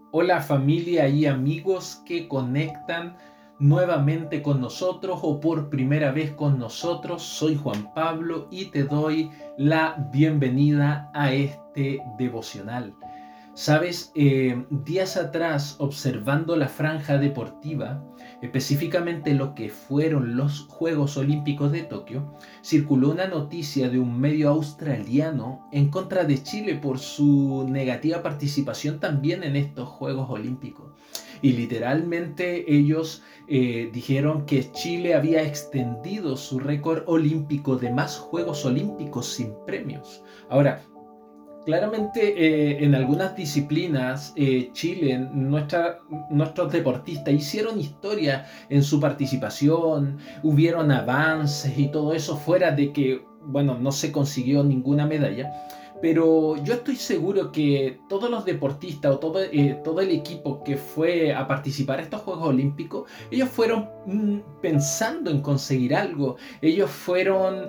Hola familia y amigos que conectan nuevamente con nosotros o por primera vez con nosotros. Soy Juan Pablo y te doy la bienvenida a este devocional. Sabes, días atrás, observando la franja deportiva, específicamente lo que fueron los Juegos Olímpicos de Tokio, circuló una noticia de un medio australiano en contra de Chile por su negativa participación también en estos Juegos Olímpicos. Y literalmente ellos dijeron que Chile había extendido su récord olímpico de más Juegos Olímpicos sin premios. Ahora, claramente, en algunas disciplinas, Chile, nuestros deportistas hicieron historia en su participación, hubieron avances y todo eso fuera de que, bueno, no se consiguió ninguna medalla. Pero yo estoy seguro que todos los deportistas o todo el equipo que fue a participar a estos Juegos Olímpicos, ellos fueron pensando en conseguir algo. Ellos fueron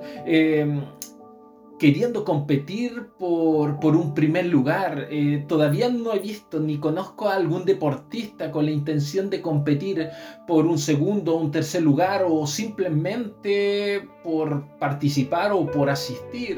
queriendo competir por un primer lugar. Todavía no he visto ni conozco a algún deportista con la intención de competir por un segundo o un tercer lugar o simplemente por participar o por asistir.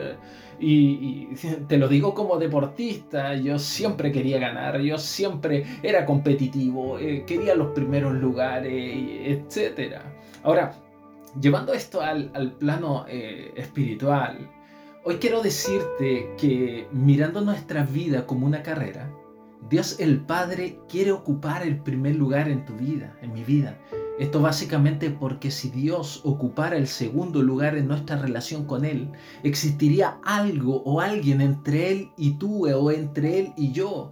Y te lo digo como deportista, yo siempre quería ganar, yo siempre era competitivo, quería los primeros lugares, etc. Ahora, llevando esto al plano espiritual, hoy quiero decirte que mirando nuestra vida como una carrera, Dios el Padre quiere ocupar el primer lugar en tu vida, en mi vida. Esto básicamente porque si Dios ocupara el segundo lugar en nuestra relación con Él, existiría algo o alguien entre Él y tú o entre Él y yo.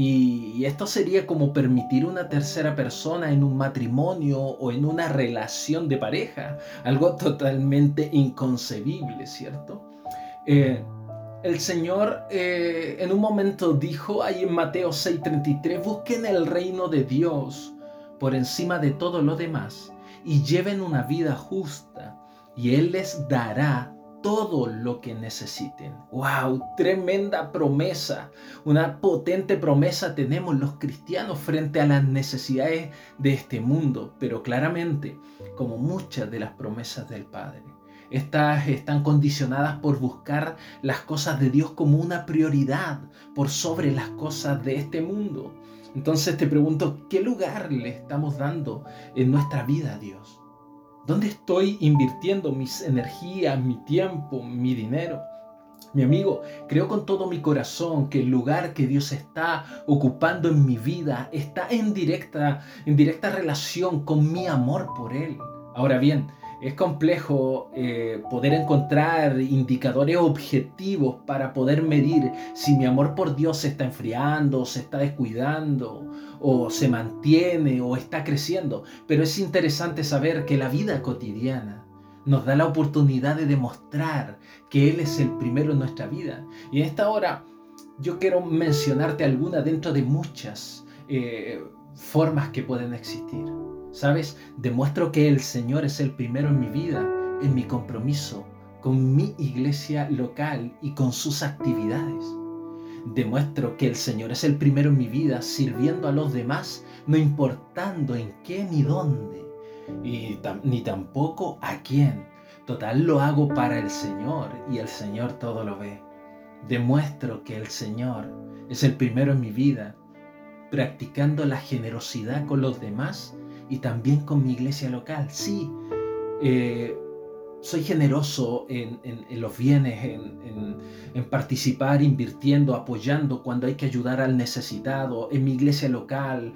Y esto sería como permitir una tercera persona en un matrimonio o en una relación de pareja. Algo totalmente inconcebible, ¿cierto? Eh, el Señor en un momento dijo ahí en Mateo 6:33, busquen el reino de Dios por encima de todo lo demás y lleven una vida justa y Él les dará todo lo que necesiten. ¡Wow! Tremenda promesa, una potente promesa tenemos los cristianos frente a las necesidades de este mundo, pero claramente, como muchas de las promesas del Padre, estas están condicionadas por buscar las cosas de Dios como una prioridad por sobre las cosas de este mundo. Entonces te pregunto, ¿qué lugar le estamos dando en nuestra vida a Dios? ¿Dónde estoy invirtiendo mis energías, mi tiempo, mi dinero? Mi amigo, creo con todo mi corazón que el lugar que Dios está ocupando en mi vida está en directa relación con mi amor por Él. Ahora bien, es complejo poder encontrar indicadores objetivos para poder medir si mi amor por Dios se está enfriando, se está descuidando, o se mantiene, o está creciendo. Pero es interesante saber que la vida cotidiana nos da la oportunidad de demostrar que Él es el primero en nuestra vida. Y en esta hora yo quiero mencionarte alguna dentro de muchas formas que pueden existir. ¿Sabes? Demuestro que el Señor es el primero en mi vida, en mi compromiso con mi iglesia local y con sus actividades. Demuestro que el Señor es el primero en mi vida, sirviendo a los demás, no importando en qué ni dónde, ni tampoco a quién. Total, lo hago para el Señor y el Señor todo lo ve. Demuestro que el Señor es el primero en mi vida, practicando la generosidad con los demás y también con mi iglesia local. Sí, eh, soy generoso en los bienes, en participar, invirtiendo, apoyando cuando hay que ayudar al necesitado, en mi iglesia local,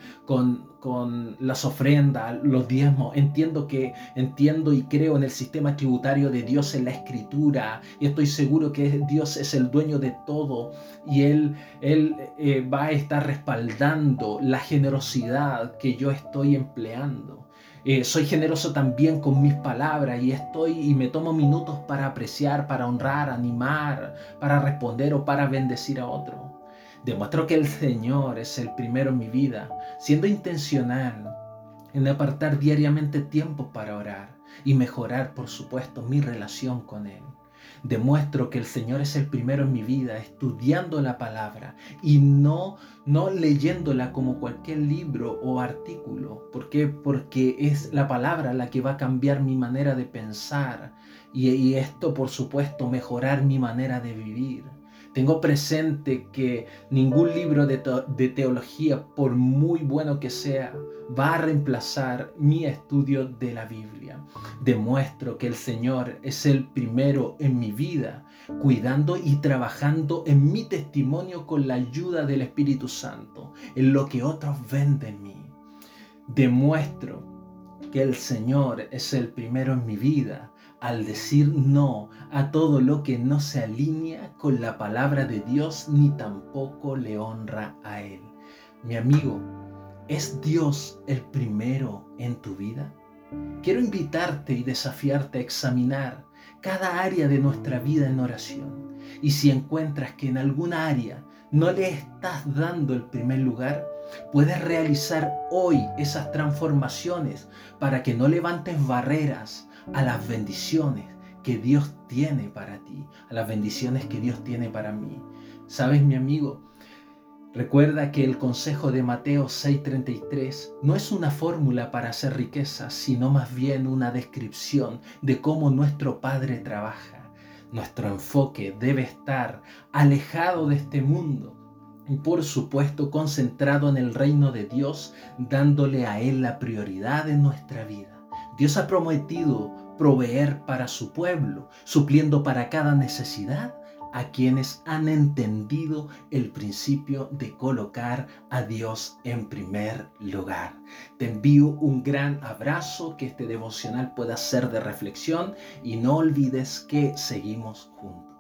con las ofrendas, los diezmos. Entiendo y creo en el sistema tributario de Dios en la Escritura, y estoy seguro que Dios es el dueño de todo, y Él va a estar respaldando la generosidad que yo estoy empleando. Soy generoso también con mis palabras y me tomo minutos para apreciar, para honrar, animar, para responder o para bendecir a otro. Demuestro que el Señor es el primero en mi vida, siendo intencional en apartar diariamente tiempo para orar y mejorar, por supuesto, mi relación con Él. Demuestro que el Señor es el primero en mi vida, estudiando la palabra y no leyéndola como cualquier libro o artículo. ¿Por qué? Porque es la palabra la que va a cambiar mi manera de pensar y esto, por supuesto, mejorar mi manera de vivir. Tengo presente que ningún libro de teología, por muy bueno que sea, va a reemplazar mi estudio de la Biblia. Demuestro que el Señor es el primero en mi vida, cuidando y trabajando en mi testimonio con la ayuda del Espíritu Santo, en lo que otros ven de mí. Demuestro que el Señor es el primero en mi vida al decir no a todo lo que no se alinea con la palabra de Dios ni tampoco le honra a Él. Mi amigo, ¿es Dios el primero en tu vida? Quiero invitarte y desafiarte a examinar cada área de nuestra vida en oración. Y si encuentras que en alguna área no le estás dando el primer lugar, puedes realizar hoy esas transformaciones para que no levantes barreras a las bendiciones que Dios tiene para ti, a las bendiciones que Dios tiene para mí. ¿Sabes, mi amigo? Recuerda que el consejo de Mateo 6:33 no es una fórmula para hacer riquezas, sino más bien una descripción de cómo nuestro Padre trabaja. Nuestro enfoque debe estar alejado de este mundo y, por supuesto, concentrado en el reino de Dios, dándole a Él la prioridad en nuestra vida. Dios ha prometido proveer para su pueblo, supliendo para cada necesidad a quienes han entendido el principio de colocar a Dios en primer lugar. Te envío un gran abrazo, que este devocional pueda ser de reflexión y no olvides que seguimos juntos.